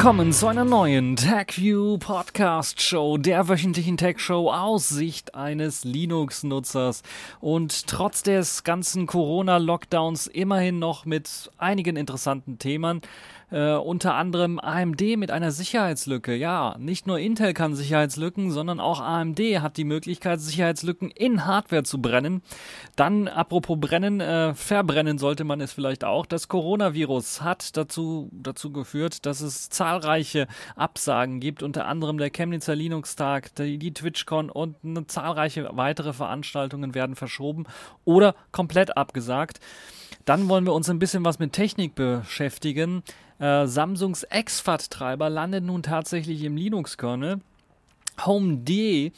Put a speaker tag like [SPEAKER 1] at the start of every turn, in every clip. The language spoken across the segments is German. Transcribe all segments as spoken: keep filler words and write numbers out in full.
[SPEAKER 1] willkommen zu einer neuen TechView Podcast Show, der wöchentlichen Tech Show aus Sicht eines Linux-Nutzers und trotz des ganzen Corona-Lockdowns immerhin noch mit einigen interessanten Themen. Äh, unter anderem A M D mit einer Sicherheitslücke. Ja, nicht nur Intel kann Sicherheitslücken, sondern auch A M D hat die Möglichkeit, Sicherheitslücken in Hardware zu brennen. Dann, apropos brennen, äh, verbrennen sollte man es vielleicht auch. Das Coronavirus hat dazu, dazu geführt, dass es zahlreiche Absagen gibt, unter anderem der Chemnitzer Linux-Tag, die, die TwitchCon und eine zahlreiche weitere Veranstaltungen werden verschoben oder komplett abgesagt. Dann wollen wir uns ein bisschen was mit Technik beschäftigen. Äh, Samsungs X FAT-Treiber landet nun tatsächlich im Linux-Kernel. HomeD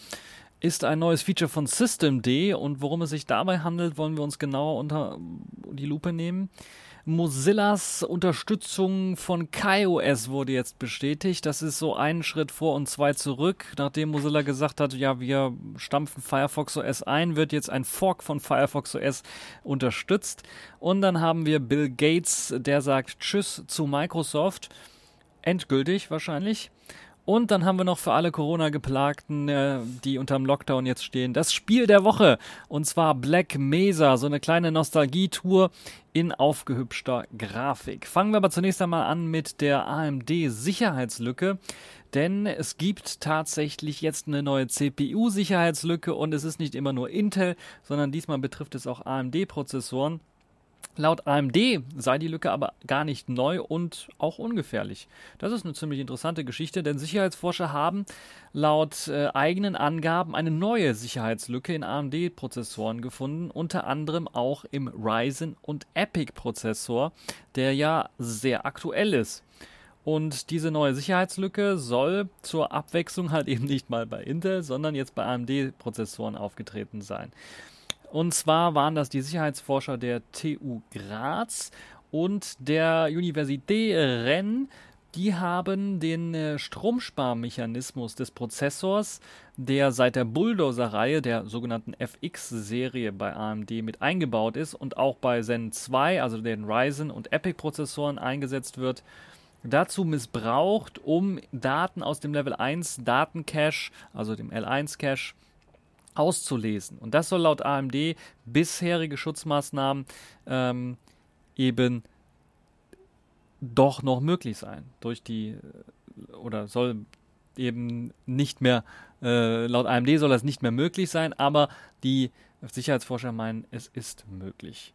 [SPEAKER 1] ist ein neues Feature von Systemd und worum es sich dabei handelt, wollen wir uns genauer unter die Lupe nehmen. Mozillas Unterstützung von KaiOS wurde jetzt bestätigt. Das ist so ein Schritt vor und zwei zurück. Nachdem Mozilla gesagt hat, ja, wir stampfen Firefox O S ein, wird jetzt ein Fork von Firefox O S unterstützt. Und dann haben wir Bill Gates, der sagt Tschüss zu Microsoft. Endgültig wahrscheinlich. Und dann haben wir noch für alle Corona-Geplagten, äh, die unterm Lockdown jetzt stehen, das Spiel der Woche. Und zwar Black Mesa, so eine kleine Nostalgie-Tour in aufgehübschter Grafik. Fangen wir aber zunächst einmal an mit der A M D-Sicherheitslücke. Denn es gibt tatsächlich jetzt eine neue C P U-Sicherheitslücke und es ist nicht immer nur Intel, sondern diesmal betrifft es auch A M D-Prozessoren. Laut A M D sei die Lücke aber gar nicht neu und auch ungefährlich. Das ist eine ziemlich interessante Geschichte, denn Sicherheitsforscher haben laut äh, eigenen Angaben eine neue Sicherheitslücke in A M D-Prozessoren gefunden, unter anderem auch im Ryzen- und EPYC-Prozessor, der ja sehr aktuell ist. Und diese neue Sicherheitslücke soll zur Abwechslung halt eben nicht mal bei Intel, sondern jetzt bei A M D-Prozessoren aufgetreten sein. Und zwar waren das die Sicherheitsforscher der T U Graz und der Université Rennes. Die haben den äh, Stromsparmechanismus des Prozessors, der seit der Bulldozer-Reihe, der sogenannten F X-Serie bei A M D mit eingebaut ist und auch bei Zen zwei, also den Ryzen- und EPYC-Prozessoren eingesetzt wird, dazu missbraucht, um Daten aus dem Level eins Datencache, also dem L eins Cache, auszulesen. Und das soll laut A M D bisherige Schutzmaßnahmen ähm, eben doch noch möglich sein. Durch die, oder soll eben nicht mehr, äh, laut A M D soll das nicht mehr möglich sein, aber die Sicherheitsforscher meinen, es ist möglich.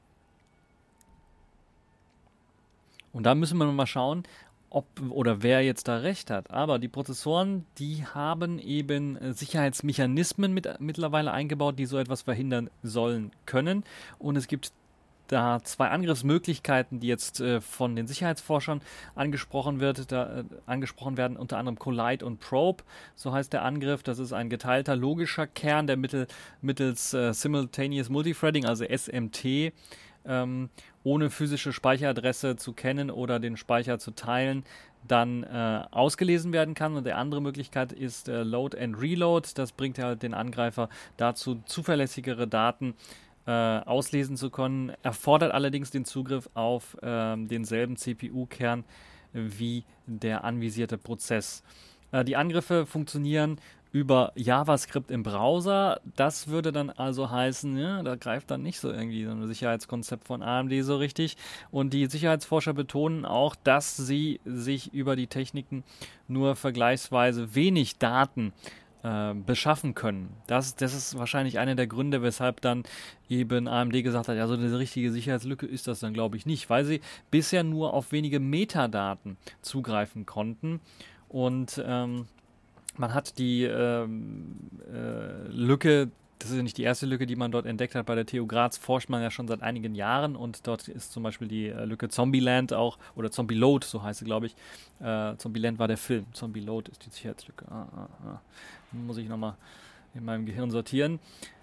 [SPEAKER 1] Und da müssen wir mal schauen, ob oder wer jetzt da recht hat. Aber die Prozessoren, die haben eben äh, Sicherheitsmechanismen mit, mittlerweile eingebaut, die so etwas verhindern sollen können. Und es gibt da zwei Angriffsmöglichkeiten, die jetzt äh, von den Sicherheitsforschern angesprochen wird, da, äh, angesprochen werden, unter anderem Collide und Probe. So heißt der Angriff. Das ist ein geteilter logischer Kern, der mittel, mittels äh, Simultaneous Multithreading, also S M T, Ähm, ohne physische Speicheradresse zu kennen oder den Speicher zu teilen, dann äh, ausgelesen werden kann. Und die andere Möglichkeit ist äh, Load and Reload. Das bringt halt den Angreifer dazu, zuverlässigere Daten äh, auslesen zu können, erfordert allerdings den Zugriff auf äh, denselben C P U-Kern wie der anvisierte Prozess. Äh, die Angriffe funktionieren über JavaScript im Browser. Das würde dann also heißen, ja, da greift dann nicht so irgendwie so ein Sicherheitskonzept von A M D so richtig. Und die Sicherheitsforscher betonen auch, dass sie sich über die Techniken nur vergleichsweise wenig Daten äh, beschaffen können. Das, das ist wahrscheinlich einer der Gründe, weshalb dann eben A M D gesagt hat, ja, so eine richtige Sicherheitslücke ist das dann, glaube ich, nicht, weil sie bisher nur auf wenige Metadaten zugreifen konnten. Und ähm, man hat die ähm, äh, Lücke, das ist ja nicht die erste Lücke, die man dort entdeckt hat. Bei der T U Graz forscht man ja schon seit einigen Jahren und dort ist zum Beispiel die äh, Lücke Zombieland auch, oder Zombieload, so heißt sie, glaube ich. Äh, Zombieland war der Film, Zombieload ist die Sicherheitslücke. Ah, ah, ah. Muss ich nochmal in meinem Gehirn sortieren.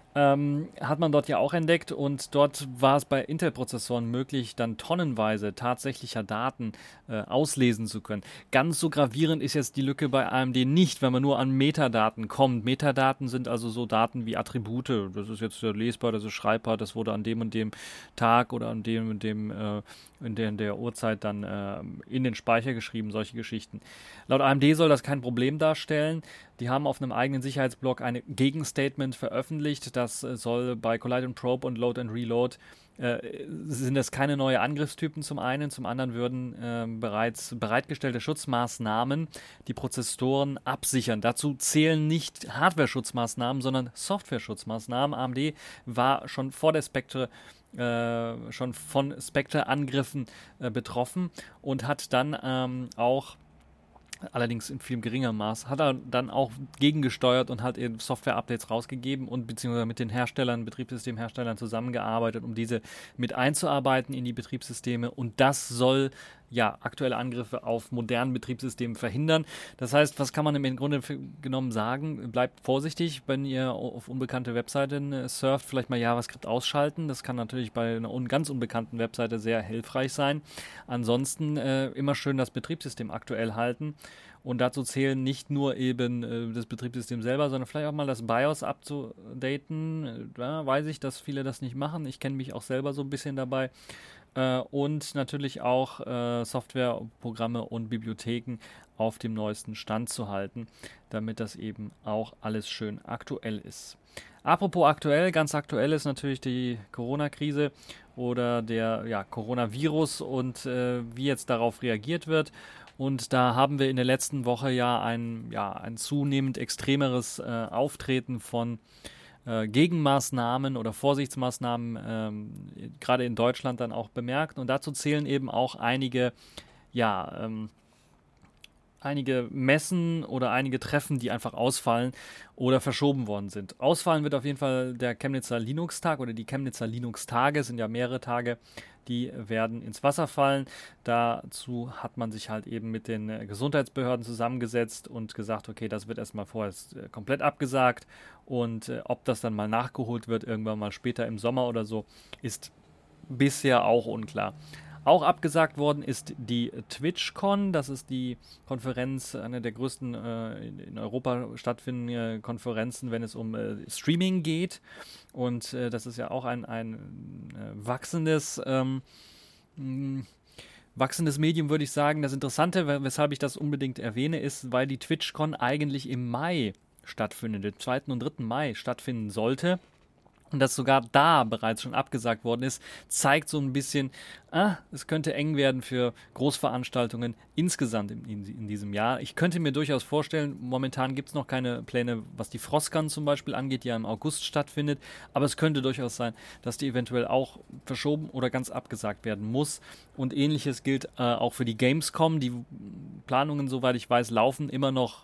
[SPEAKER 1] Ähm, hat man dort ja auch entdeckt und dort war es bei Intel-Prozessoren möglich, dann tonnenweise tatsächlicher Daten äh, auslesen zu können. Ganz so gravierend ist jetzt die Lücke bei A M D nicht, wenn man nur an Metadaten kommt. Metadaten sind also so Daten wie Attribute. Das ist jetzt lesbar, das ist schreibbar, das wurde an dem und dem Tag oder an dem und dem äh, in der, in der Uhrzeit dann äh, in den Speicher geschrieben, solche Geschichten. Laut A M D soll das kein Problem darstellen. Die haben auf einem eigenen Sicherheitsblog ein Gegenstatement veröffentlicht. Das soll bei Collide and Probe und Load and Reload äh, sind es keine neue Angriffstypen zum einen. Zum anderen würden äh, bereits bereitgestellte Schutzmaßnahmen die Prozessoren absichern. Dazu zählen nicht Hardware-Schutzmaßnahmen, sondern Software-Schutzmaßnahmen. A M D war schon vor der Spectre äh, schon von Spectre-Angriffen äh, betroffen und hat dann ähm, auch allerdings in viel geringerem Maß, hat er dann auch gegengesteuert und hat eben Software-Updates rausgegeben und beziehungsweise mit den Herstellern, Betriebssystemherstellern zusammengearbeitet, um diese mit einzuarbeiten in die Betriebssysteme und das soll ja aktuelle Angriffe auf modernen Betriebssystemen verhindern. Das heißt, was kann man im Grunde genommen sagen? Bleibt vorsichtig, wenn ihr auf unbekannte Webseiten äh, surft, vielleicht mal JavaScript ausschalten. Das kann natürlich bei einer un ganz unbekannten Webseite sehr hilfreich sein. Ansonsten äh, immer schön das Betriebssystem aktuell halten. Und dazu zählen nicht nur eben äh, das Betriebssystem selber, sondern vielleicht auch mal das BIOS abzudaten. Da weiß ich, dass viele das nicht machen. Ich kenne mich auch selber so ein bisschen dabei. Äh, und natürlich auch äh, Softwareprogramme und Bibliotheken auf dem neuesten Stand zu halten, damit das eben auch alles schön aktuell ist. Apropos aktuell, ganz aktuell ist natürlich die Corona-Krise oder der ja, Coronavirus und äh, wie jetzt darauf reagiert wird. Und da haben wir in der letzten Woche ja ein, ja, ein zunehmend extremeres äh, Auftreten von äh, Gegenmaßnahmen oder Vorsichtsmaßnahmen, ähm, gerade in Deutschland dann auch bemerkt. Und dazu zählen eben auch einige, ja, ähm, einige Messen oder einige Treffen, die einfach ausfallen oder verschoben worden sind. Ausfallen wird auf jeden Fall der Chemnitzer Linux-Tag oder die Chemnitzer Linux-Tage, sind ja mehrere Tage, die werden ins Wasser fallen. Dazu hat man sich halt eben mit den äh, Gesundheitsbehörden zusammengesetzt und gesagt, okay, das wird erstmal vorher äh, komplett abgesagt und äh, ob das dann mal nachgeholt wird, irgendwann mal später im Sommer oder so, ist bisher auch unklar. Auch abgesagt worden ist die TwitchCon, das ist die Konferenz, eine der größten äh, in Europa stattfindenden äh, Konferenzen, wenn es um äh, Streaming geht. Und äh, das ist ja auch ein, ein äh, wachsendes, ähm, mh, wachsendes Medium, würde ich sagen. Das Interessante, weshalb ich das unbedingt erwähne, ist, weil die TwitchCon eigentlich im Mai stattfindet, den zweiten und dritten Mai stattfinden sollte. Und dass sogar da bereits schon abgesagt worden ist, zeigt so ein bisschen, ah, es könnte eng werden für Großveranstaltungen insgesamt in, in, in diesem Jahr. Ich könnte mir durchaus vorstellen, momentan gibt es noch keine Pläne, was die Frostcon zum Beispiel angeht, die ja im August stattfindet, aber es könnte durchaus sein, dass die eventuell auch verschoben oder ganz abgesagt werden muss. Und ähnliches gilt äh, auch für die Gamescom. Die Planungen, soweit ich weiß, laufen immer noch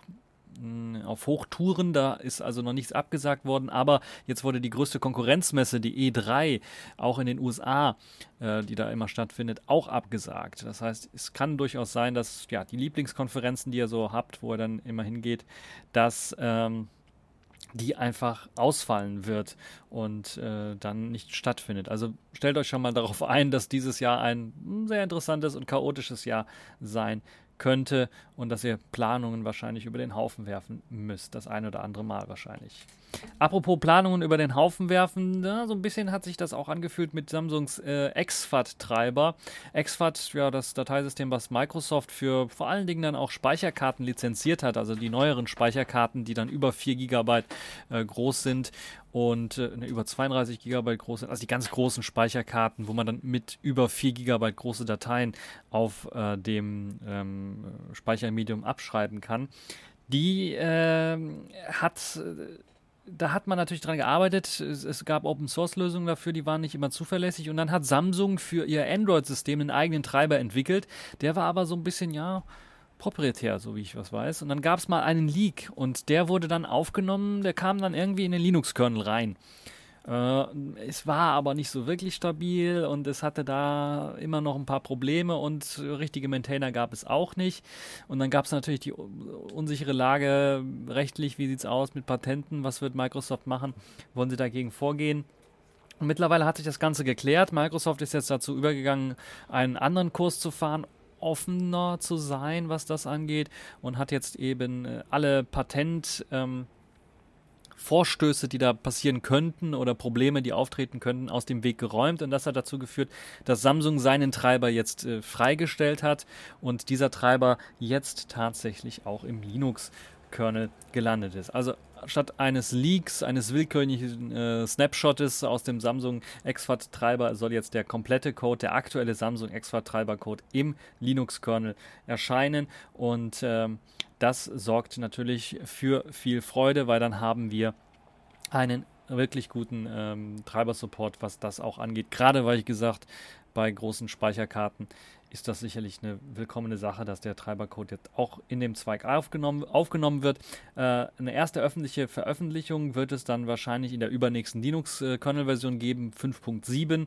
[SPEAKER 1] auf Hochtouren, da ist also noch nichts abgesagt worden, aber jetzt wurde die größte Konkurrenzmesse, die E drei, auch in den U S A, äh, die da immer stattfindet, auch abgesagt. Das heißt, es kann durchaus sein, dass ja die Lieblingskonferenzen, die ihr so habt, wo ihr dann immer hingeht, dass ähm, die einfach ausfallen wird und äh, dann nicht stattfindet. Also stellt euch schon mal darauf ein, dass dieses Jahr ein sehr interessantes und chaotisches Jahr sein könnte und dass ihr Planungen wahrscheinlich über den Haufen werfen müsst. Das ein oder andere Mal wahrscheinlich. Apropos Planungen über den Haufen werfen, ja, so ein bisschen hat sich das auch angefühlt mit Samsungs äh, X FAT-Treiber. X FAT, ja, das Dateisystem, was Microsoft für vor allen Dingen dann auch Speicherkarten lizenziert hat, also die neueren Speicherkarten, die dann über vier Gigabyte äh, groß sind und äh, über zweiunddreißig Gigabyte groß sind, also die ganz großen Speicherkarten, wo man dann mit über vier Gigabyte große Dateien auf äh, dem ähm, Speichermedium abschreiben kann. Die äh, hat... Äh, Da hat man natürlich dran gearbeitet. Es, es gab Open-Source-Lösungen dafür, die waren nicht immer zuverlässig. Und dann hat Samsung für ihr Android-System einen eigenen Treiber entwickelt. Der war aber so ein bisschen, ja, proprietär, so wie ich was weiß. Und dann gab es mal einen Leak und der wurde dann aufgenommen, der kam dann irgendwie in den Linux-Kernel rein. Äh, es war aber nicht so wirklich stabil und es hatte da immer noch ein paar Probleme und richtige Maintainer gab es auch nicht. Und dann gab es natürlich die unsichere Lage rechtlich, wie sieht es aus mit Patenten, was wird Microsoft machen, wollen sie dagegen vorgehen? Und mittlerweile hat sich das Ganze geklärt. Microsoft ist jetzt dazu übergegangen, einen anderen Kurs zu fahren, offener zu sein, was das angeht, und hat jetzt eben äh, alle Patent ähm, Vorstöße, die da passieren könnten oder Probleme, die auftreten könnten, aus dem Weg geräumt. Und das hat dazu geführt, dass Samsung seinen Treiber jetzt äh, freigestellt hat und dieser Treiber jetzt tatsächlich auch im Linux-Kernel gelandet ist. Also statt eines Leaks, eines willkürlichen äh, Snapshottes aus dem Samsung X FAT-Treiber soll jetzt der komplette Code, der aktuelle Samsung X FAT-Treiber-Code im Linux-Kernel erscheinen. Und ähm, das sorgt natürlich für viel Freude, weil dann haben wir einen wirklich guten ähm, Treiber-Support, was das auch angeht. Gerade weil ich gesagt, bei großen Speicherkarten ist das sicherlich eine willkommene Sache, dass der Treibercode jetzt auch in dem Zweig aufgenommen, aufgenommen wird. Äh, eine erste öffentliche Veröffentlichung wird es dann wahrscheinlich in der übernächsten Linux-Kernel-Version geben, fünf Punkt sieben.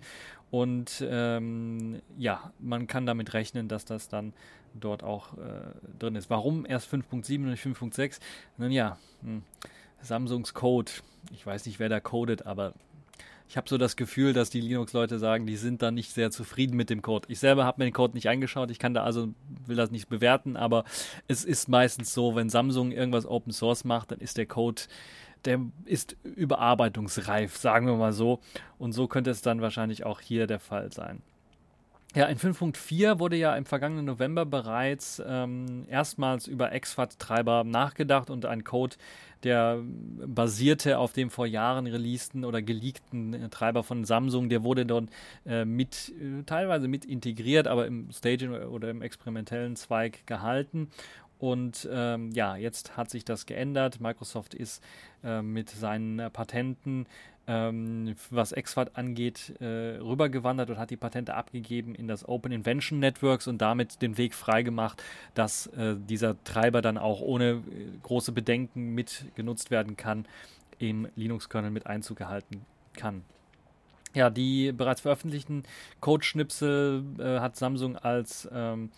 [SPEAKER 1] Und ähm, ja, man kann damit rechnen, dass das dann dort auch äh, drin ist. Warum erst fünf Punkt sieben und nicht fünf Punkt sechs? Nun ja, hm, Samsungs Code. Ich weiß nicht, wer da codet, aber ich habe so das Gefühl, dass die Linux-Leute sagen, die sind da nicht sehr zufrieden mit dem Code. Ich selber habe mir den Code nicht angeschaut, ich kann da also, will das nicht bewerten, aber es ist meistens so, wenn Samsung irgendwas Open Source macht, dann ist der Code, der ist überarbeitungsreif, sagen wir mal so. Und so könnte es dann wahrscheinlich auch hier der Fall sein. Ja, in fünf Punkt vier wurde ja im vergangenen November bereits ähm, erstmals über X FAT-Treiber nachgedacht und ein Code, der basierte auf dem vor Jahren releaseden oder geleakten äh, Treiber von Samsung, der wurde dort äh, mit, äh, teilweise mit integriert, aber im Staging oder im experimentellen Zweig gehalten. Und ähm, ja, jetzt hat sich das geändert. Microsoft ist äh, mit seinen äh, Patenten, ähm, was X FAT angeht, äh, rübergewandert und hat die Patente abgegeben in das Open Invention Networks und damit den Weg freigemacht, dass äh, dieser Treiber dann auch ohne äh, große Bedenken mit genutzt werden kann, im Linux-Kernel mit Einzug gehalten kann. Ja, die bereits veröffentlichten Codeschnipsel äh, hat Samsung als ähm,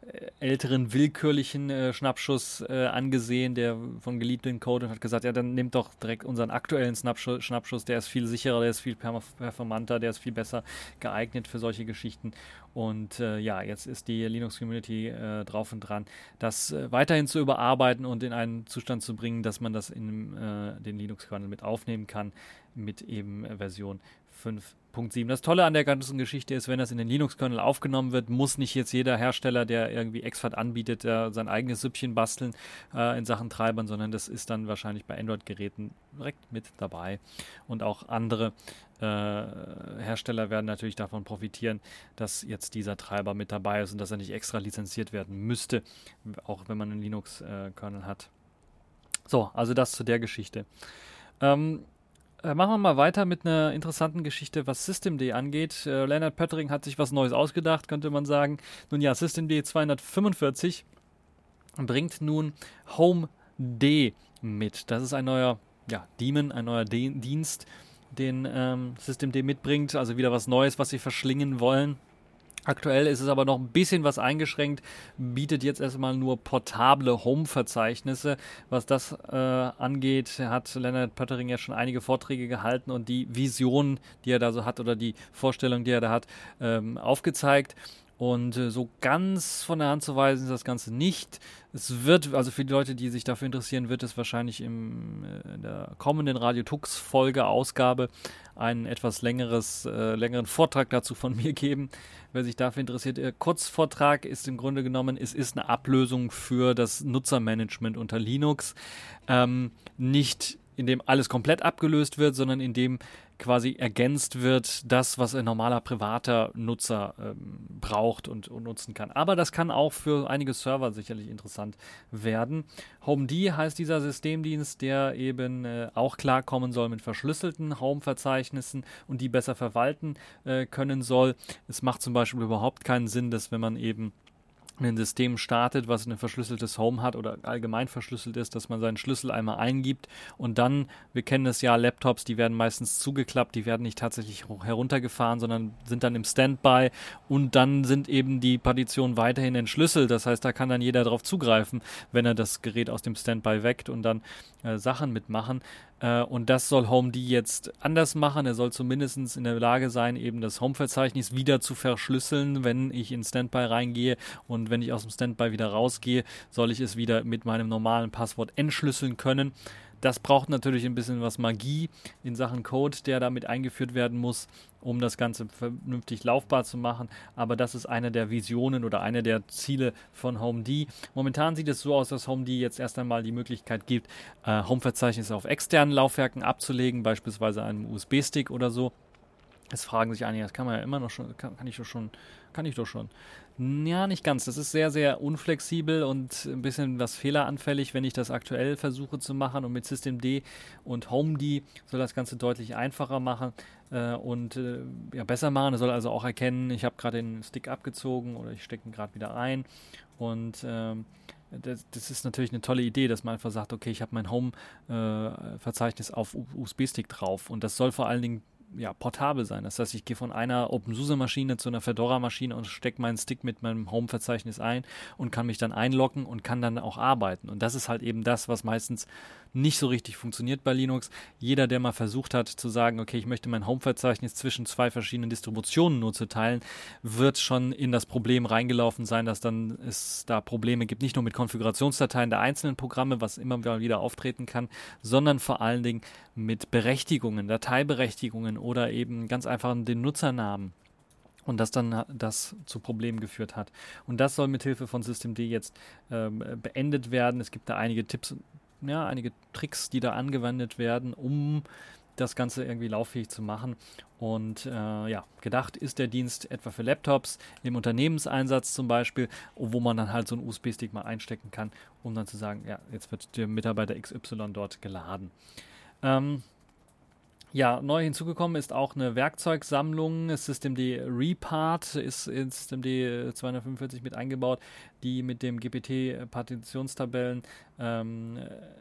[SPEAKER 1] älteren willkürlichen äh, Schnappschuss äh, angesehen, der von geleakten Code, und hat gesagt, ja, dann nehmt doch direkt unseren aktuellen Schnappschuss, Schnappschuss, der ist viel sicherer, der ist viel performanter, der ist viel besser geeignet für solche Geschichten. Und äh, ja, jetzt ist die Linux-Community äh, drauf und dran, das äh, weiterhin zu überarbeiten und in einen Zustand zu bringen, dass man das in äh, den Linux-Kernel mit aufnehmen kann, mit eben äh, Version fünf Punkt sieben. Das Tolle an der ganzen Geschichte ist, wenn das in den Linux-Kernel aufgenommen wird, muss nicht jetzt jeder Hersteller, der irgendwie X FAT anbietet, äh, sein eigenes Süppchen basteln äh, in Sachen Treibern, sondern das ist dann wahrscheinlich bei Android-Geräten direkt mit dabei. Und auch andere äh, Hersteller werden natürlich davon profitieren, dass jetzt dieser Treiber mit dabei ist und dass er nicht extra lizenziert werden müsste, auch wenn man einen Linux-Kernel äh, hat. So, also das zu der Geschichte. Ähm, Machen wir mal weiter mit einer interessanten Geschichte, was Systemd angeht. Äh, Leonard Pöttering hat sich was Neues ausgedacht, könnte man sagen. Nun ja, Systemd zweihundertfünfundvierzig bringt nun Home D mit. Das ist ein neuer ja, Daemon, ein neuer D- Dienst, den ähm, Systemd mitbringt. Also wieder was Neues, was sie verschlingen wollen. Aktuell ist es aber noch ein bisschen was eingeschränkt, bietet jetzt erstmal nur portable Home-Verzeichnisse. Was das äh, angeht, hat Leonard Pöttering ja schon einige Vorträge gehalten und die Vision, die er da so hat, oder die Vorstellung, die er da hat, ähm, aufgezeigt. Und äh, so ganz von der Hand zu weisen ist das Ganze nicht. Es wird, also für die Leute, die sich dafür interessieren, wird es wahrscheinlich im, äh, in der kommenden Radio Tux Folge, Ausgabe, einen etwas längeres, äh, längeren Vortrag dazu von mir geben. Wer sich dafür interessiert, der Kurzvortrag ist im Grunde genommen, es ist eine Ablösung für das Nutzermanagement unter Linux. Ähm, nicht in dem alles komplett abgelöst wird, sondern in dem quasi ergänzt wird, das, was ein normaler privater Nutzer ähm, braucht und, und nutzen kann. Aber das kann auch für einige Server sicherlich interessant werden. Homed heißt dieser Systemdienst, der eben äh, auch klarkommen soll mit verschlüsselten Home-Verzeichnissen und die besser verwalten äh, können soll. Es macht zum Beispiel überhaupt keinen Sinn, dass wenn man eben ein System startet, was ein verschlüsseltes Home hat oder allgemein verschlüsselt ist, dass man seinen Schlüssel einmal eingibt und dann, wir kennen es ja, Laptops, die werden meistens zugeklappt, die werden nicht tatsächlich heruntergefahren, sondern sind dann im Standby und dann sind eben die Partitionen weiterhin entschlüsselt. Das heißt, da kann dann jeder drauf zugreifen, wenn er das Gerät aus dem Standby weckt und dann äh, Sachen mitmachen. Äh, und das soll HomeD jetzt anders machen. Er soll zumindest in der Lage sein, eben das Home-Verzeichnis wieder zu verschlüsseln, wenn ich in Standby reingehe, und wenn ich aus dem Standby wieder rausgehe, soll ich es wieder mit meinem normalen Passwort entschlüsseln können. Das braucht natürlich ein bisschen was Magie in Sachen Code, der damit eingeführt werden muss, um das Ganze vernünftig laufbar zu machen. Aber das ist eine der Visionen oder eine der Ziele von HomeD. Momentan sieht es so aus, dass HomeD jetzt erst einmal die Möglichkeit gibt, äh, Home-Verzeichnisse auf externen Laufwerken abzulegen, beispielsweise einem U S B-Stick oder so. Jetzt fragen sich einige, das kann man ja immer noch schon, kann, kann ich doch schon, kann ich doch schon. Ja, nicht ganz. Das ist sehr, sehr unflexibel und ein bisschen was fehleranfällig, wenn ich das aktuell versuche zu machen. Und mit Systemd und HomeD soll das Ganze deutlich einfacher machen äh, und äh, ja, besser machen. Es soll also auch erkennen, ich habe gerade den Stick abgezogen oder ich stecke ihn gerade wieder ein. Und ähm, Das, das ist natürlich eine tolle Idee, dass man einfach sagt, okay, ich habe mein Home-Verzeichnis äh, auf U S B-Stick drauf. Und das soll vor allen Dingen ja, portabel sein. Das heißt, ich gehe von einer OpenSUSE-Maschine zu einer Fedora-Maschine und stecke meinen Stick mit meinem Home-Verzeichnis ein und kann mich dann einloggen und kann dann auch arbeiten. Und das ist halt eben das, was meistens nicht so richtig funktioniert bei Linux. Jeder, der mal versucht hat zu sagen, okay, ich möchte mein Home-Verzeichnis zwischen zwei verschiedenen Distributionen nur zu teilen, wird schon in das Problem reingelaufen sein, dass dann es da Probleme gibt, nicht nur mit Konfigurationsdateien der einzelnen Programme, was immer wieder auftreten kann, sondern vor allen Dingen mit Berechtigungen, Dateiberechtigungen oder eben ganz einfach den Nutzernamen. Und das dann das zu Problemen geführt hat. Und das soll mithilfe von Systemd jetzt ähm, beendet werden. Es gibt da einige Tipps, ja, einige Tricks, die da angewendet werden, um das Ganze irgendwie lauffähig zu machen. Und äh, ja, gedacht ist der Dienst etwa für Laptops, im Unternehmenseinsatz zum Beispiel, wo man dann halt so einen U S B-Stick mal einstecken kann, um dann zu sagen, ja, jetzt wird der Mitarbeiter X Y dort geladen. Ähm, Ja, neu hinzugekommen ist auch eine Werkzeugsammlung. Systemd Repart ist in Systemd zweihundertfünfundvierzig mit eingebaut, die mit dem G P T-Partitionstabellen ähm,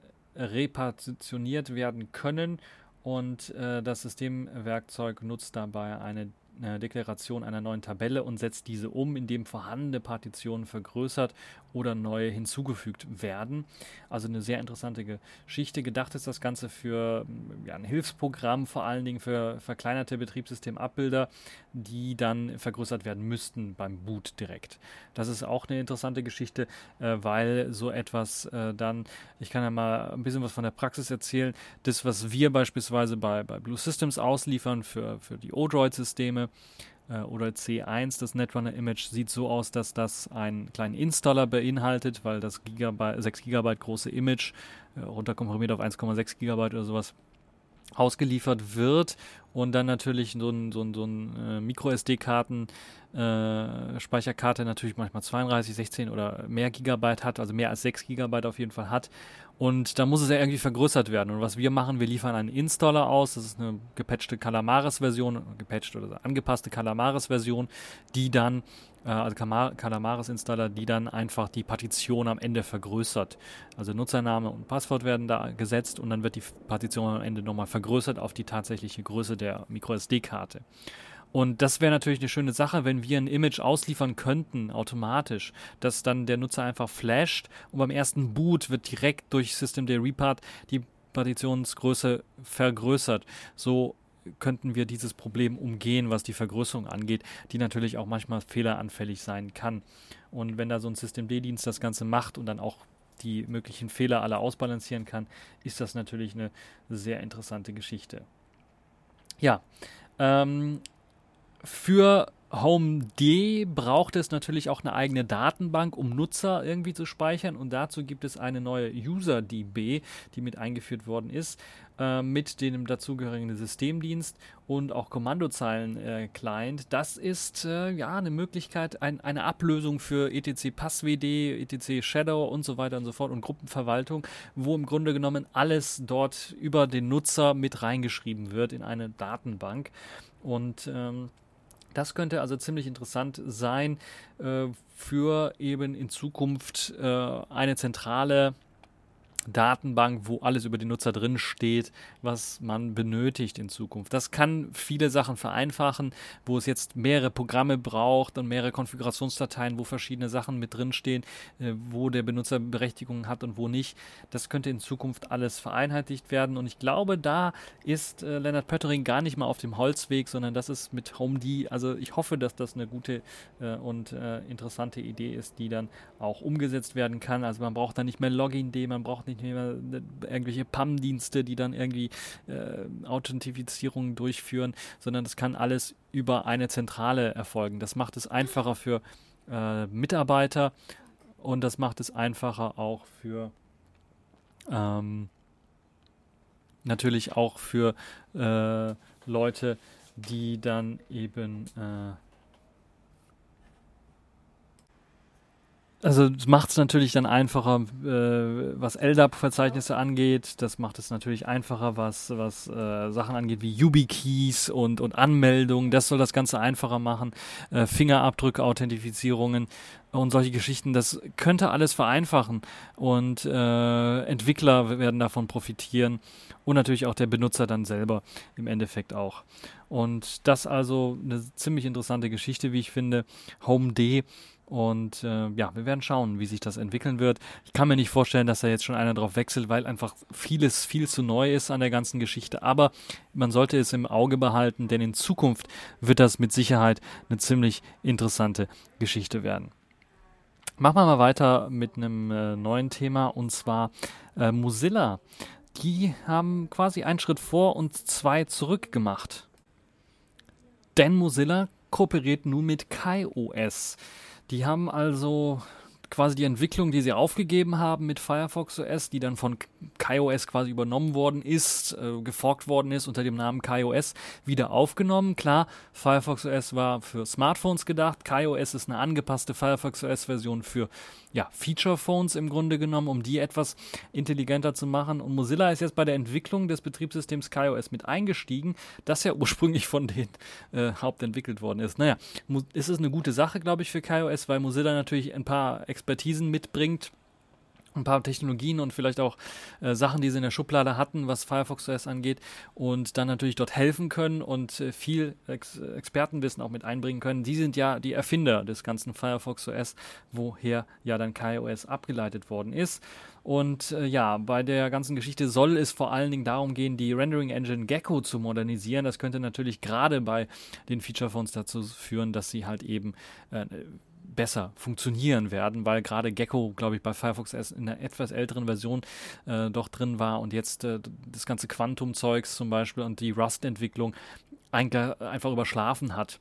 [SPEAKER 1] repartitioniert werden können. Und äh, das Systemwerkzeug nutzt dabei eine äh, Deklaration einer neuen Tabelle und setzt diese um, indem vorhandene Partitionen vergrößert oder neue hinzugefügt werden. Also eine sehr interessante Geschichte. Gedacht ist das Ganze für ja, ein Hilfsprogramm, vor allen Dingen für verkleinerte Betriebssystemabbilder, die dann vergrößert werden müssten beim Boot direkt. Das ist auch eine interessante Geschichte, äh, weil so etwas äh, dann, ich kann ja mal ein bisschen was von der Praxis erzählen, das, was wir beispielsweise bei, bei Blue Systems ausliefern für, für die Odroid-Systeme, oder C eins, das Netrunner Image, sieht so aus, dass das einen kleinen Installer beinhaltet, weil das Gigabyte, sechs Gigabyte große Image äh, runterkomprimiert auf eins Komma sechs Gigabyte oder sowas ausgeliefert wird und dann natürlich so ein, so ein, so ein äh, Micro-S D-Karten äh, Speicherkarte natürlich manchmal zweiunddreißig, sechzehn oder mehr Gigabyte hat, also mehr als sechs Gigabyte auf jeden Fall hat. Und da muss es ja irgendwie vergrößert werden. Und was wir machen, wir liefern einen Installer aus. Das ist eine gepatchte Calamares-Version, gepatchte oder angepasste Calamares-Version, die dann, äh, also Calamares-Installer, die dann einfach die Partition am Ende vergrößert. Also Nutzername und Passwort werden da gesetzt und dann wird die Partition am Ende nochmal vergrößert auf die tatsächliche Größe der Micro-S D-Karte. Und das wäre natürlich eine schöne Sache, wenn wir ein Image ausliefern könnten, automatisch, dass dann der Nutzer einfach flasht und beim ersten Boot wird direkt durch Systemd Repart die Partitionsgröße vergrößert. So könnten wir dieses Problem umgehen, was die Vergrößerung angeht, die natürlich auch manchmal fehleranfällig sein kann. Und wenn da so ein Systemd-Dienst das Ganze macht und dann auch die möglichen Fehler alle ausbalancieren kann, ist das natürlich eine sehr interessante Geschichte. Ja, ähm, für HomeD braucht es natürlich auch eine eigene Datenbank, um Nutzer irgendwie zu speichern, und dazu gibt es eine neue UserDB, die mit eingeführt worden ist, äh, mit dem dazugehörigen Systemdienst und auch Kommandozeilen-Client. Äh, das ist äh, ja eine Möglichkeit, ein, eine Ablösung für et cetera Passwd, et cetera Shadow und so weiter und so fort und Gruppenverwaltung, wo im Grunde genommen alles dort über den Nutzer mit reingeschrieben wird in eine Datenbank. Und ähm, Das könnte also ziemlich interessant sein äh, für eben in Zukunft äh, eine zentrale Datenbank, wo alles über die Nutzer drin steht, was man benötigt in Zukunft. Das kann viele Sachen vereinfachen, wo es jetzt mehrere Programme braucht und mehrere Konfigurationsdateien, wo verschiedene Sachen mit drin stehen, äh, wo der Benutzer Berechtigungen hat und wo nicht. Das könnte in Zukunft alles vereinheitlicht werden und ich glaube, da ist äh, Lennart Pöttering gar nicht mal auf dem Holzweg, sondern das ist mit HomeD, also ich hoffe, dass das eine gute äh, und äh, interessante Idee ist, die dann auch umgesetzt werden kann. Also man braucht dann nicht mehr Login-D, man braucht nicht mehr irgendwelche P A M-Dienste, die dann irgendwie äh, Authentifizierungen durchführen, sondern das kann alles über eine Zentrale erfolgen. Das macht es einfacher für äh, Mitarbeiter und das macht es einfacher auch für ähm, natürlich auch für äh, Leute, die dann eben äh, Also es macht es natürlich dann einfacher, äh, was L D A P-Verzeichnisse angeht. Das macht es natürlich einfacher, was, was äh, Sachen angeht wie YubiKeys und, und Anmeldungen. Das soll das Ganze einfacher machen. Äh, Fingerabdrücke, Authentifizierungen und solche Geschichten. Das könnte alles vereinfachen. Und äh, Entwickler werden davon profitieren. Und natürlich auch der Benutzer dann selber im Endeffekt auch. Und das also eine ziemlich interessante Geschichte, wie ich finde. HomeD. Und äh, ja, wir werden schauen, wie sich das entwickeln wird. Ich kann mir nicht vorstellen, dass da jetzt schon einer drauf wechselt, weil einfach vieles viel zu neu ist an der ganzen Geschichte. Aber man sollte es im Auge behalten, denn in Zukunft wird das mit Sicherheit eine ziemlich interessante Geschichte werden. Machen wir mal weiter mit einem äh, neuen Thema und zwar äh, Mozilla. Die haben quasi einen Schritt vor und zwei zurück gemacht. Denn Mozilla kooperiert nun mit KaiOS. Die haben also quasi die Entwicklung, die sie aufgegeben haben mit Firefox O S, die dann von KaiOS quasi übernommen worden ist, äh, geforkt worden ist unter dem Namen KaiOS, wieder aufgenommen. Klar, Firefox O S war für Smartphones gedacht, KaiOS ist eine angepasste Firefox O S-Version für ja, Feature-Phones im Grunde genommen, um die etwas intelligenter zu machen. Und Mozilla ist jetzt bei der Entwicklung des Betriebssystems KaiOS mit eingestiegen, das ja ursprünglich von denen äh, hauptentwickelt worden ist. Naja, es ist eine gute Sache, glaube ich, für KaiOS, weil Mozilla natürlich ein paar Expertisen mitbringt, ein paar Technologien und vielleicht auch äh, Sachen, die sie in der Schublade hatten, was Firefox O S angeht und dann natürlich dort helfen können und äh, viel Ex- Expertenwissen auch mit einbringen können. Die sind ja die Erfinder des ganzen Firefox O S, woher ja dann KaiOS abgeleitet worden ist. Und äh, ja, bei der ganzen Geschichte soll es vor allen Dingen darum gehen, die Rendering Engine Gecko zu modernisieren. Das könnte natürlich gerade bei den Feature Phones dazu führen, dass sie halt eben äh, besser funktionieren werden, weil gerade Gecko, glaube ich, bei Firefox erst in einer etwas älteren Version äh, doch drin war und jetzt äh, das ganze Quantum-Zeugs zum Beispiel und die Rust-Entwicklung einfach überschlafen hat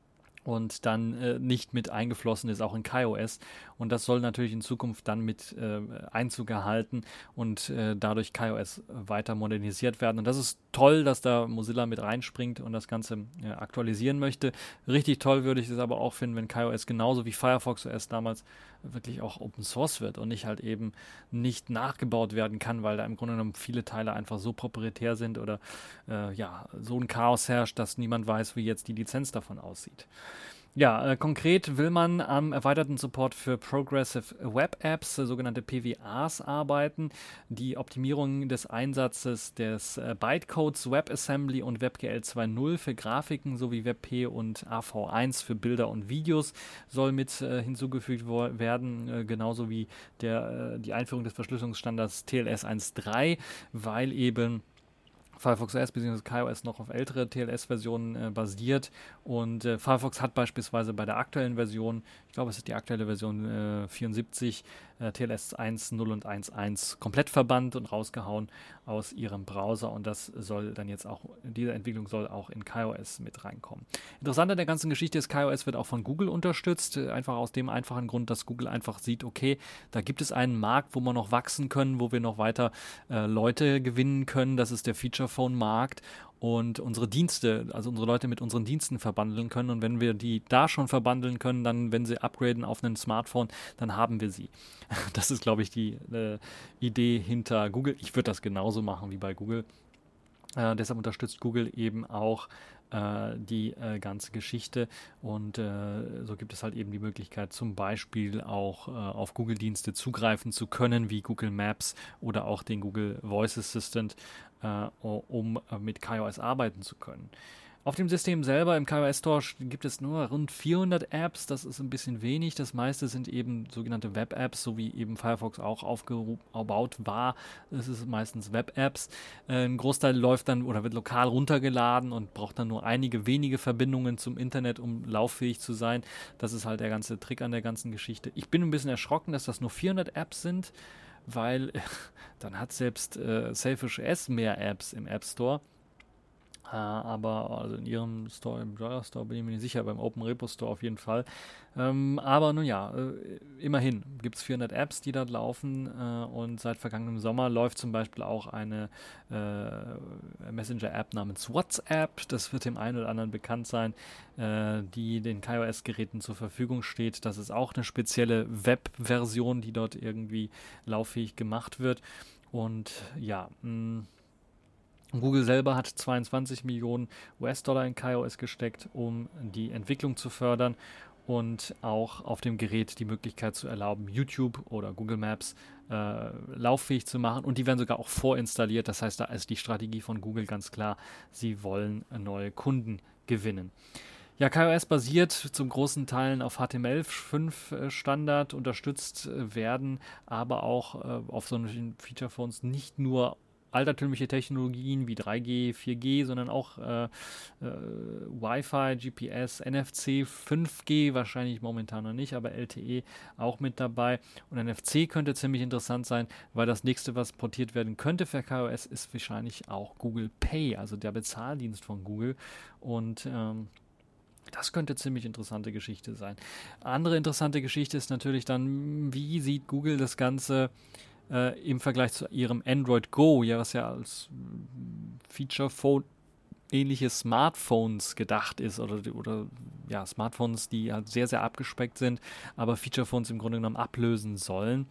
[SPEAKER 1] und dann äh, nicht mit eingeflossen ist, auch in KaiOS. Und das soll natürlich in Zukunft dann mit äh, Einzug erhalten und äh, dadurch KaiOS weiter modernisiert werden. Und das ist toll, dass da Mozilla mit reinspringt und das Ganze äh, aktualisieren möchte. Richtig toll würde ich es aber auch finden, wenn KaiOS genauso wie Firefox O S damals wirklich auch Open Source wird und nicht halt eben nicht nachgebaut werden kann, weil da im Grunde genommen viele Teile einfach so proprietär sind oder äh, ja, so ein Chaos herrscht, dass niemand weiß, wie jetzt die Lizenz davon aussieht. Ja, äh, konkret will man am erweiterten Support für Progressive Web Apps, äh, sogenannte P W As, arbeiten, die Optimierung des Einsatzes des äh, Bytecodes WebAssembly und WebGL zwei Punkt null für Grafiken sowie WebP und A V eins für Bilder und Videos soll mit äh, hinzugefügt wo- werden, äh, genauso wie der, äh, die Einführung des Verschlüsselungsstandards T L S eins Punkt drei, weil eben Firefox O S bzw. KaiOS noch auf ältere T L S-Versionen äh, basiert und äh, Firefox hat beispielsweise bei der aktuellen Version, ich glaube es ist die aktuelle Version äh, vierundsiebzig, äh, T L S eins Punkt null und eins Punkt eins komplett verbannt und rausgehauen aus ihrem Browser und das soll dann jetzt auch, diese Entwicklung soll auch in KaiOS mit reinkommen. Interessant an der ganzen Geschichte ist, KaiOS wird auch von Google unterstützt, äh, einfach aus dem einfachen Grund, dass Google einfach sieht, okay, da gibt es einen Markt, wo wir noch wachsen können, wo wir noch weiter äh, Leute gewinnen können, das ist der Feature Markt und unsere Dienste, also unsere Leute mit unseren Diensten verbandeln können und wenn wir die da schon verbandeln können, dann, wenn sie upgraden auf ein Smartphone, dann haben wir sie. Das ist, glaube ich, die äh, Idee hinter Google. Ich würde das genauso machen wie bei Google. Äh, deshalb unterstützt Google eben auch äh, die äh, ganze Geschichte. Und äh, so gibt es halt eben die Möglichkeit, zum Beispiel auch äh, auf Google-Dienste zugreifen zu können, wie Google Maps oder auch den Google Voice Assistant, äh, um äh, mit KaiOS arbeiten zu können. Auf dem System selber im KaiOS Store gibt es nur rund vierhundert Apps. Das ist ein bisschen wenig. Das meiste sind eben sogenannte Web-Apps, so wie eben Firefox auch aufgebaut war. Es ist meistens Web-Apps. Ein Großteil läuft dann oder wird lokal runtergeladen und braucht dann nur einige wenige Verbindungen zum Internet, um lauffähig zu sein. Das ist halt der ganze Trick an der ganzen Geschichte. Ich bin ein bisschen erschrocken, dass das nur vierhundert Apps sind, weil dann hat selbst äh, Selfish mehr Apps im App Store. Uh, aber also in ihrem Store, im Jira Store bin ich mir nicht sicher, beim Open Repo Store auf jeden Fall. Ähm, aber nun ja, äh, immerhin gibt es vierhundert Apps, die dort laufen äh, und seit vergangenem Sommer läuft zum Beispiel auch eine äh, Messenger-App namens WhatsApp, das wird dem einen oder anderen bekannt sein, äh, die den KaiOS-Geräten zur Verfügung steht. Das ist auch eine spezielle Web-Version, die dort irgendwie lauffähig gemacht wird und ja, mh, Google selber hat zweiundzwanzig Millionen U S-Dollar in KaiOS gesteckt, um die Entwicklung zu fördern und auch auf dem Gerät die Möglichkeit zu erlauben, YouTube oder Google Maps äh, lauffähig zu machen. Und die werden sogar auch vorinstalliert. Das heißt, da ist die Strategie von Google ganz klar, sie wollen neue Kunden gewinnen. Ja, KaiOS basiert zum großen Teilen auf H T M L fünf Standard, unterstützt werden aber auch äh, auf solchen Feature-Phones nicht nur altertümliche Technologien wie drei G, vier G, sondern auch äh, äh, Wi-Fi, G P S, N F C, fünf G wahrscheinlich momentan noch nicht, aber L T E auch mit dabei. Und N F C könnte ziemlich interessant sein, weil das nächste, was portiert werden könnte für KaiOS, ist wahrscheinlich auch Google Pay, also der Bezahldienst von Google. Und ähm, das könnte ziemlich interessante Geschichte sein. Andere interessante Geschichte ist natürlich dann, wie sieht Google das Ganze Äh, im Vergleich zu ihrem Android Go, ja, was ja als Feature-Phone ähnliche Smartphones gedacht ist oder, oder ja, Smartphones, die halt sehr, sehr abgespeckt sind, aber Feature-Phones im Grunde genommen ablösen sollen.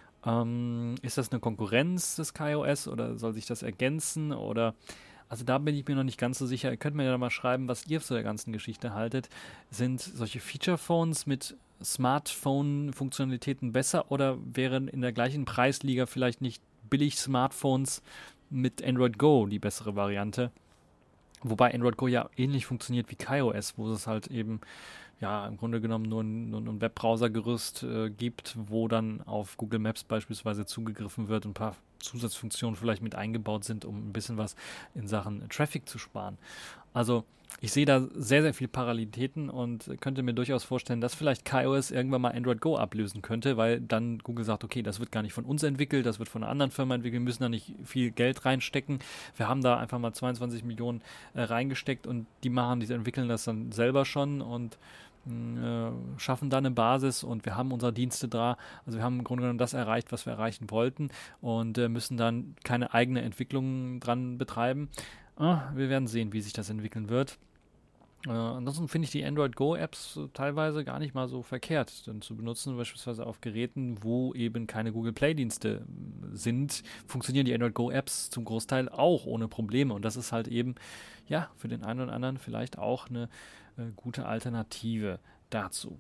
[SPEAKER 1] Ähm, ist das eine Konkurrenz des KaiOS oder soll sich das ergänzen oder also da bin ich mir noch nicht ganz so sicher. Ihr könnt mir ja mal schreiben, was ihr zu der ganzen Geschichte haltet. Sind solche Feature-Phones mit Smartphone-Funktionalitäten besser oder wären in der gleichen Preisliga vielleicht nicht billig Smartphones mit Android Go die bessere Variante? Wobei Android Go ja ähnlich funktioniert wie KaiOS, wo es halt eben ja im Grunde genommen nur ein, nur ein Webbrowser-Gerüst äh, gibt, wo dann auf Google Maps beispielsweise zugegriffen wird und ein paar Zusatzfunktionen vielleicht mit eingebaut sind, um ein bisschen was in Sachen Traffic zu sparen. Also ich sehe da sehr, sehr viele Parallelitäten und könnte mir durchaus vorstellen, dass vielleicht KaiOS irgendwann mal Android Go ablösen könnte, weil dann Google sagt, okay, das wird gar nicht von uns entwickelt, das wird von einer anderen Firma entwickelt, wir müssen da nicht viel Geld reinstecken. Wir haben da einfach mal zweiundzwanzig Millionen äh, reingesteckt und die machen, die entwickeln das dann selber schon und äh, schaffen da eine Basis und wir haben unsere Dienste da. Also wir haben im Grunde genommen das erreicht, was wir erreichen wollten und äh, müssen dann keine eigene Entwicklung dran betreiben. Ah, wir werden sehen, wie sich das entwickeln wird. Äh, ansonsten finde ich die Android Go Apps äh, teilweise gar nicht mal so verkehrt, denn zu benutzen, beispielsweise auf Geräten, wo eben keine Google Play Dienste äh, sind, funktionieren die Android Go Apps zum Großteil auch ohne Probleme und das ist halt eben, ja, für den einen oder anderen vielleicht auch eine äh, gute Alternative dazu.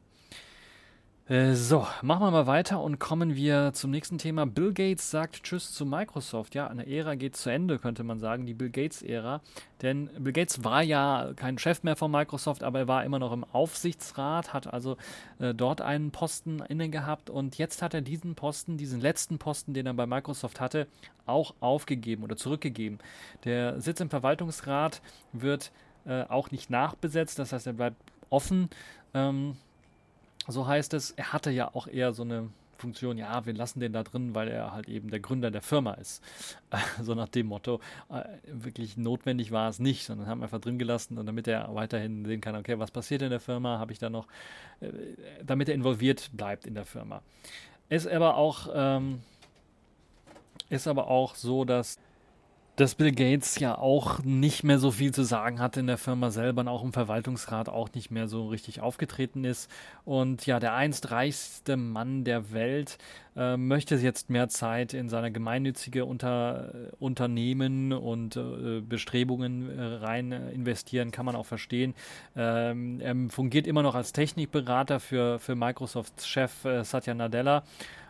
[SPEAKER 1] So, machen wir mal weiter und kommen wir zum nächsten Thema. Bill Gates sagt Tschüss zu Microsoft. Ja, eine Ära geht zu Ende, könnte man sagen, die Bill Gates-Ära. Denn Bill Gates war ja kein Chef mehr von Microsoft, aber er war immer noch im Aufsichtsrat, hat also äh, dort einen Posten inne gehabt. Und jetzt hat er diesen Posten, diesen letzten Posten, den er bei Microsoft hatte, auch aufgegeben oder zurückgegeben. Der Sitz im Verwaltungsrat wird äh, auch nicht nachbesetzt, das heißt, er bleibt offen. Ähm, So heißt es, er hatte ja auch eher so eine Funktion, ja, wir lassen den da drin, weil er halt eben der Gründer der Firma ist. So nach dem Motto, äh, wirklich notwendig war es nicht, sondern haben einfach drin gelassen und damit er weiterhin sehen kann, okay, was passiert in der Firma, habe ich da noch, äh, damit er involviert bleibt in der Firma. Ist aber auch, ähm, ist aber auch so, dass dass Bill Gates ja auch nicht mehr so viel zu sagen hatte in der Firma selber und auch im Verwaltungsrat auch nicht mehr so richtig aufgetreten ist. Und ja, der einst reichste Mann der Welt äh, möchte jetzt mehr Zeit in seine gemeinnützige Unter, Unternehmen und äh, Bestrebungen äh, rein äh, investieren, kann man auch verstehen. Ähm, er fungiert immer noch als Technikberater für, für Microsofts Chef äh, Satya Nadella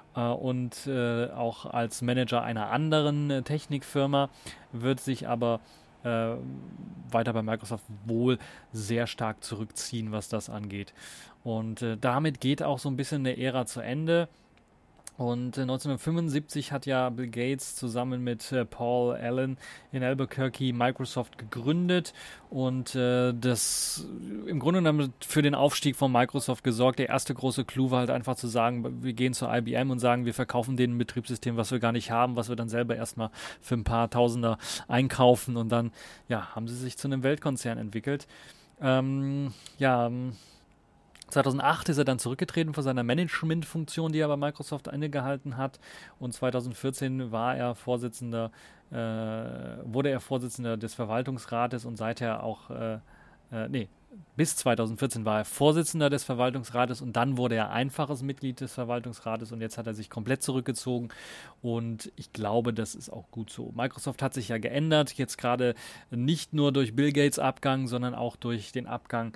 [SPEAKER 1] und äh, auch als Manager einer anderen äh, Technikfirma, wird sich aber äh, weiter bei Microsoft wohl sehr stark zurückziehen, was das angeht. Und äh, damit geht auch so ein bisschen eine Ära zu Ende. Und äh, neunzehnhundertfünfundsiebzig hat ja Bill Gates zusammen mit äh, Paul Allen in Albuquerque Microsoft gegründet und äh, das im Grunde genommen für den Aufstieg von Microsoft gesorgt. Der erste große Clou war halt einfach zu sagen, wir gehen zu I B M und sagen, wir verkaufen denen ein Betriebssystem, was wir gar nicht haben, was wir dann selber erstmal für ein paar Tausender einkaufen, und dann ja, haben sie sich zu einem Weltkonzern entwickelt. Ähm, ja, zweitausendacht ist er dann zurückgetreten von seiner Managementfunktion, die er bei Microsoft innegehalten hat, und zweitausendvierzehn war er Vorsitzender, äh, wurde er Vorsitzender des Verwaltungsrates und seither auch, äh, äh, nee, bis zweitausendvierzehn war er Vorsitzender des Verwaltungsrates und dann wurde er einfaches Mitglied des Verwaltungsrates, und jetzt hat er sich komplett zurückgezogen, und ich glaube, das ist auch gut so. Microsoft hat sich ja geändert, jetzt gerade nicht nur durch Bill Gates Abgang, sondern auch durch den Abgang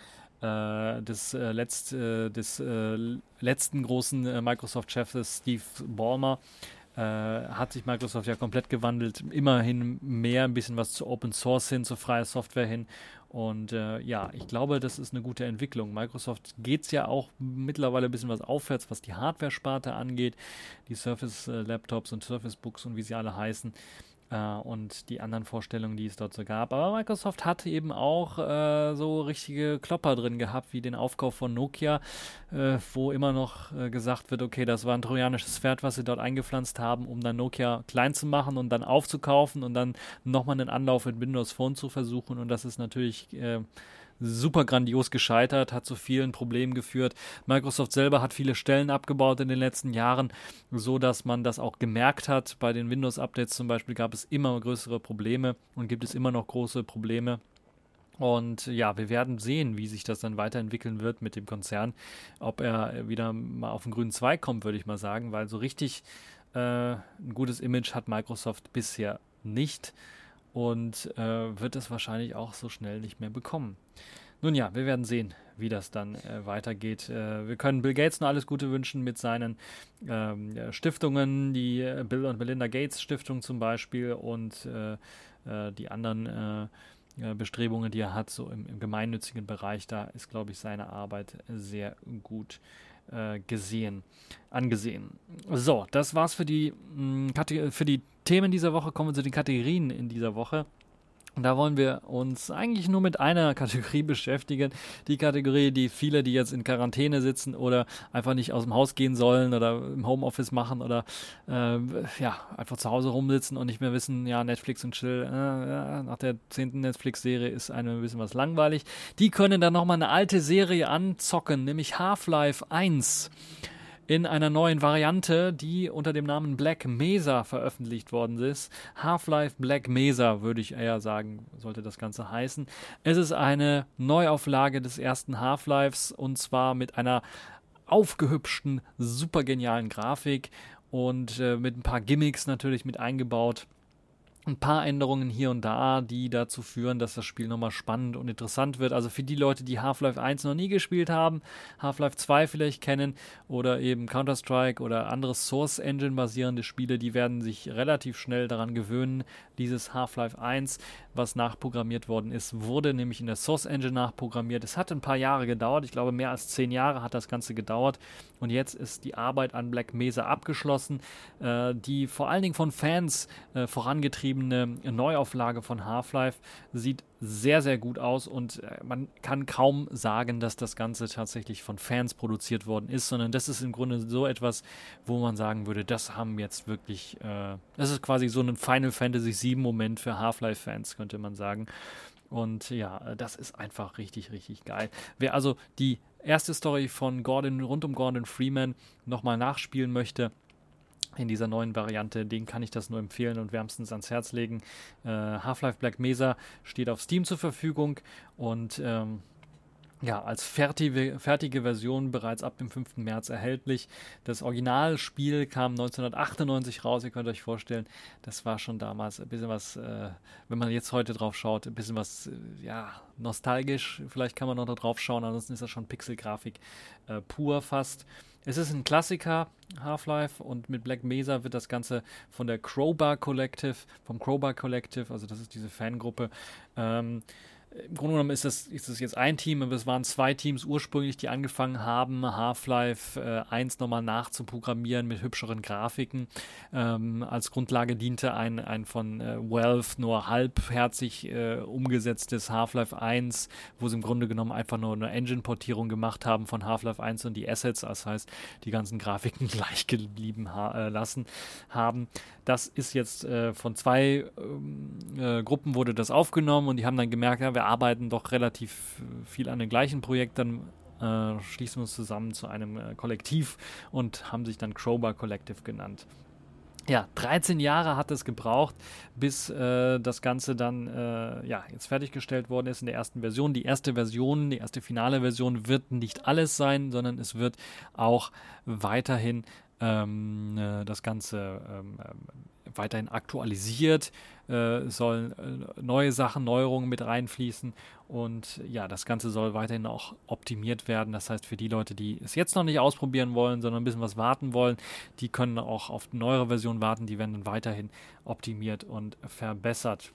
[SPEAKER 1] des, äh, letzt, äh, des äh, letzten großen äh, Microsoft-Chefs Steve Ballmer, äh, hat sich Microsoft ja komplett gewandelt, immerhin mehr ein bisschen was zu Open Source hin, zu freier Software hin, und äh, ja, ich glaube, das ist eine gute Entwicklung. Microsoft geht es ja auch mittlerweile ein bisschen was aufwärts, was die Hardware-Sparte angeht, die Surface-Laptops und Surface-Books und wie sie alle heißen, und die anderen Vorstellungen, die es dort so gab. Aber Microsoft hat eben auch äh, so richtige Klopper drin gehabt, wie den Aufkauf von Nokia, äh, wo immer noch äh, gesagt wird, okay, das war ein trojanisches Pferd, was sie dort eingepflanzt haben, um dann Nokia klein zu machen und dann aufzukaufen und dann nochmal einen Anlauf mit Windows Phone zu versuchen. Und das ist natürlich äh, super grandios gescheitert, hat zu vielen Problemen geführt. Microsoft selber hat viele Stellen abgebaut in den letzten Jahren, so dass man das auch gemerkt hat. Bei den Windows-Updates zum Beispiel gab es immer größere Probleme und gibt es immer noch große Probleme. Und ja, wir werden sehen, wie sich das dann weiterentwickeln wird mit dem Konzern. Ob er wieder mal auf den grünen Zweig kommt, würde ich mal sagen, weil so richtig äh, ein gutes Image hat Microsoft bisher nicht. Und äh, wird es wahrscheinlich auch so schnell nicht mehr bekommen. Nun ja, wir werden sehen, wie das dann äh, weitergeht. Äh, wir können Bill Gates nur alles Gute wünschen mit seinen ähm, Stiftungen, die äh, Bill und Melinda Gates Stiftung zum Beispiel, und äh, äh, die anderen äh, Bestrebungen, die er hat, so im, im gemeinnützigen Bereich. Da ist, glaube ich, seine Arbeit sehr gut äh, gesehen, angesehen. So, das war's für die, mh, für die Themen dieser Woche. Kommen wir zu den Kategorien in dieser Woche. Und da wollen wir uns eigentlich nur mit einer Kategorie beschäftigen. Die Kategorie, die viele, die jetzt in Quarantäne sitzen oder einfach nicht aus dem Haus gehen sollen oder im Homeoffice machen oder äh, ja, einfach zu Hause rumsitzen und nicht mehr wissen, ja, Netflix und Chill, äh, ja, nach der zehnten Netflix-Serie ist einem ein bisschen was langweilig. Die können dann nochmal eine alte Serie anzocken, nämlich Half-Life eins. In einer neuen Variante, die unter dem Namen Black Mesa veröffentlicht worden ist. Half-Life Black Mesa, würde ich eher sagen, sollte das Ganze heißen. Es ist eine Neuauflage des ersten Half-Lives, und zwar mit einer aufgehübschten, super genialen Grafik und äh, mit ein paar Gimmicks natürlich mit eingebaut. Ein paar Änderungen hier und da, die dazu führen, dass das Spiel nochmal spannend und interessant wird. Also für die Leute, die Half-Life eins noch nie gespielt haben, Half-Life zwei vielleicht kennen oder eben Counter-Strike oder andere Source-Engine-basierende Spiele, die werden sich relativ schnell daran gewöhnen. Dieses Half-Life eins, was nachprogrammiert worden ist, wurde nämlich in der Source-Engine nachprogrammiert. Es hat ein paar Jahre gedauert, ich glaube mehr als zehn Jahre hat das Ganze gedauert, und jetzt ist die Arbeit an Black Mesa abgeschlossen, äh, die vor allen Dingen von Fans äh, vorangetrieben eine Neuauflage von Half-Life, sieht sehr, sehr gut aus, und äh, man kann kaum sagen, dass das Ganze tatsächlich von Fans produziert worden ist, sondern das ist im Grunde so etwas, wo man sagen würde, das haben jetzt wirklich, äh, das ist quasi so ein Final Fantasy sieben Moment für Half-Life-Fans, könnte man sagen. Und ja, das ist einfach richtig, richtig geil. Wer also die erste Story von Gordon, rund um Gordon Freeman nochmal nachspielen möchte, in dieser neuen Variante, den kann ich das nur empfehlen und wärmstens ans Herz legen. Äh, Half-Life Black Mesa steht auf Steam zur Verfügung und ähm, ja, als fertige, fertige Version bereits ab dem fünften März erhältlich. Das Originalspiel kam neunzehnhundertachtundneunzig raus, ihr könnt euch vorstellen, das war schon damals ein bisschen was, äh, wenn man jetzt heute drauf schaut, ein bisschen was, äh, ja, nostalgisch, vielleicht kann man noch da drauf schauen, ansonsten ist das schon Pixelgrafik äh, pur fast. Es ist ein Klassiker, Half-Life, und mit Black Mesa wird das Ganze von der Crowbar Collective, vom Crowbar Collective, also das ist diese Fangruppe, ähm, im Grunde genommen ist das, ist das jetzt ein Team, aber es waren zwei Teams ursprünglich, die angefangen haben, Half-Life äh, eins nochmal nachzuprogrammieren mit hübscheren Grafiken. Ähm, als Grundlage diente ein, ein von äh, Valve nur halbherzig äh, umgesetztes Half-Life eins, wo sie im Grunde genommen einfach nur eine Engine-Portierung gemacht haben von Half-Life eins und die Assets, das heißt, die ganzen Grafiken gleich geblieben ha- äh, lassen haben. Das ist jetzt äh, von zwei ähm, äh, Gruppen wurde das aufgenommen und die haben dann gemerkt, ja, wir arbeiten doch relativ viel an dem gleichen Projekt, dann äh, schließen wir uns zusammen zu einem äh, Kollektiv und haben sich dann Crowbar Collective genannt. Ja, dreizehn Jahre hat es gebraucht, bis äh, das Ganze dann äh, ja, jetzt fertiggestellt worden ist in der ersten Version. Die erste Version, die erste finale Version wird nicht alles sein, sondern es wird auch weiterhin ähm, äh, das Ganze ähm, weiterhin aktualisiert, äh, sollen äh, neue Sachen, Neuerungen mit reinfließen und ja, das Ganze soll weiterhin auch optimiert werden. Das heißt, für die Leute, die es jetzt noch nicht ausprobieren wollen, sondern ein bisschen was warten wollen, die können auch auf eine neuere Version warten, die werden dann weiterhin optimiert und verbessert.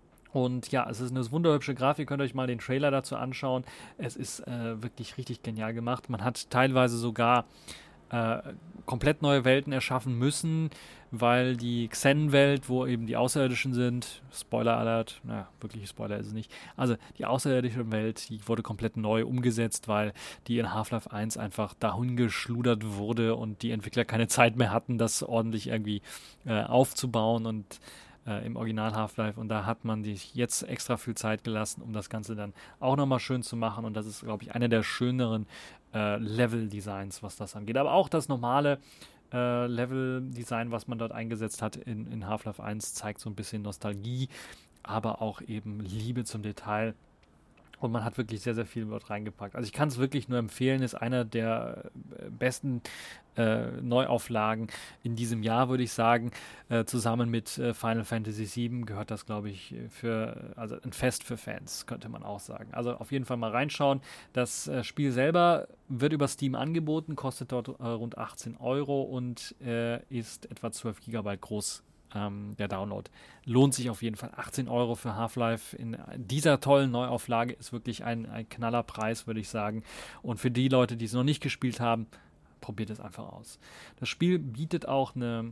[SPEAKER 1] Und ja, es ist eine wunderhübsche Grafik, könnt ihr euch mal den Trailer dazu anschauen. Es ist äh, wirklich richtig genial gemacht. Man hat teilweise sogar äh, komplett neue Welten erschaffen müssen, weil die Xen-Welt, wo eben die Außerirdischen sind, Spoiler Alert, naja, wirklich Spoiler ist es nicht, also die außerirdische Welt, die wurde komplett neu umgesetzt, weil die in Half-Life eins einfach dahin geschludert wurde und die Entwickler keine Zeit mehr hatten, das ordentlich irgendwie äh, aufzubauen und äh, im Original Half-Life, und da hat man sich jetzt extra viel Zeit gelassen, um das Ganze dann auch nochmal schön zu machen, und das ist, glaube ich, einer der schöneren äh, Level-Designs, was das angeht. Aber auch das normale äh, Level-Design, was man dort eingesetzt hat in, in Half-Life eins, zeigt so ein bisschen Nostalgie, aber auch eben Liebe zum Detail. Und man hat wirklich sehr, sehr viel dort reingepackt. Also ich kann es wirklich nur empfehlen, ist einer der besten äh, Neuauflagen in diesem Jahr, würde ich sagen. Äh, zusammen mit äh, Final Fantasy sieben gehört das, glaube ich, für, also ein Fest für Fans, könnte man auch sagen. Also auf jeden Fall mal reinschauen. Das äh, Spiel selber wird über Steam angeboten, kostet dort äh, rund achtzehn Euro und äh, ist etwa zwölf Gigabyte groß. Ähm, der Download lohnt sich auf jeden Fall. achtzehn Euro für Half-Life in dieser tollen Neuauflage ist wirklich ein, ein Knallerpreis, würde ich sagen. Und für die Leute, die es noch nicht gespielt haben, probiert es einfach aus. Das Spiel bietet auch eine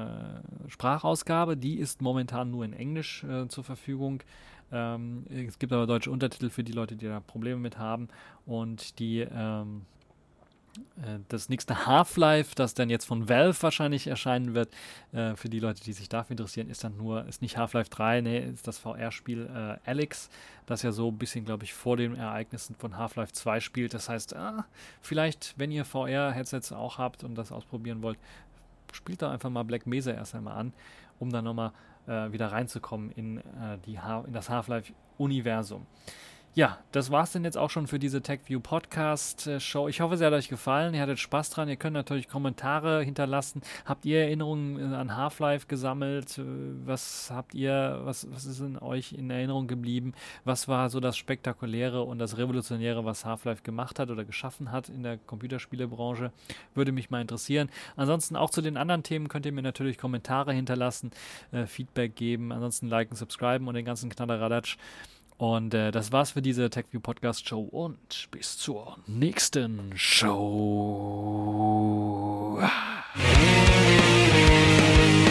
[SPEAKER 1] äh, Sprachausgabe, die ist momentan nur in Englisch äh, zur Verfügung. Ähm, es gibt aber deutsche Untertitel für die Leute, die da Probleme mit haben. Und die ähm, das nächste Half-Life, das dann jetzt von Valve wahrscheinlich erscheinen wird, äh, für die Leute, die sich dafür interessieren, ist dann nur, ist nicht Half-Life drei, nee, ist das V R-Spiel äh, Alyx, das ja so ein bisschen, glaube ich, vor den Ereignissen von Half-Life zwei spielt. Das heißt, ah, vielleicht, wenn ihr V R-Headsets auch habt und das ausprobieren wollt, spielt da einfach mal Black Mesa erst einmal an, um dann nochmal äh, wieder reinzukommen in, äh, die ha- in das Half-Life-Universum. Ja, das war's denn jetzt auch schon für diese TechView Podcast Show. Ich hoffe, es hat euch gefallen. Ihr hattet Spaß dran. Ihr könnt natürlich Kommentare hinterlassen. Habt ihr Erinnerungen an Half-Life gesammelt? Was habt ihr, was, was ist in euch in Erinnerung geblieben? Was war so das Spektakuläre und das Revolutionäre, was Half-Life gemacht hat oder geschaffen hat in der Computerspielebranche? Würde mich mal interessieren. Ansonsten auch zu den anderen Themen könnt ihr mir natürlich Kommentare hinterlassen, äh, Feedback geben. Ansonsten liken, subscriben und den ganzen Knalleradatsch. Und äh, das war's für diese TechView Podcast Show und bis zur nächsten Show.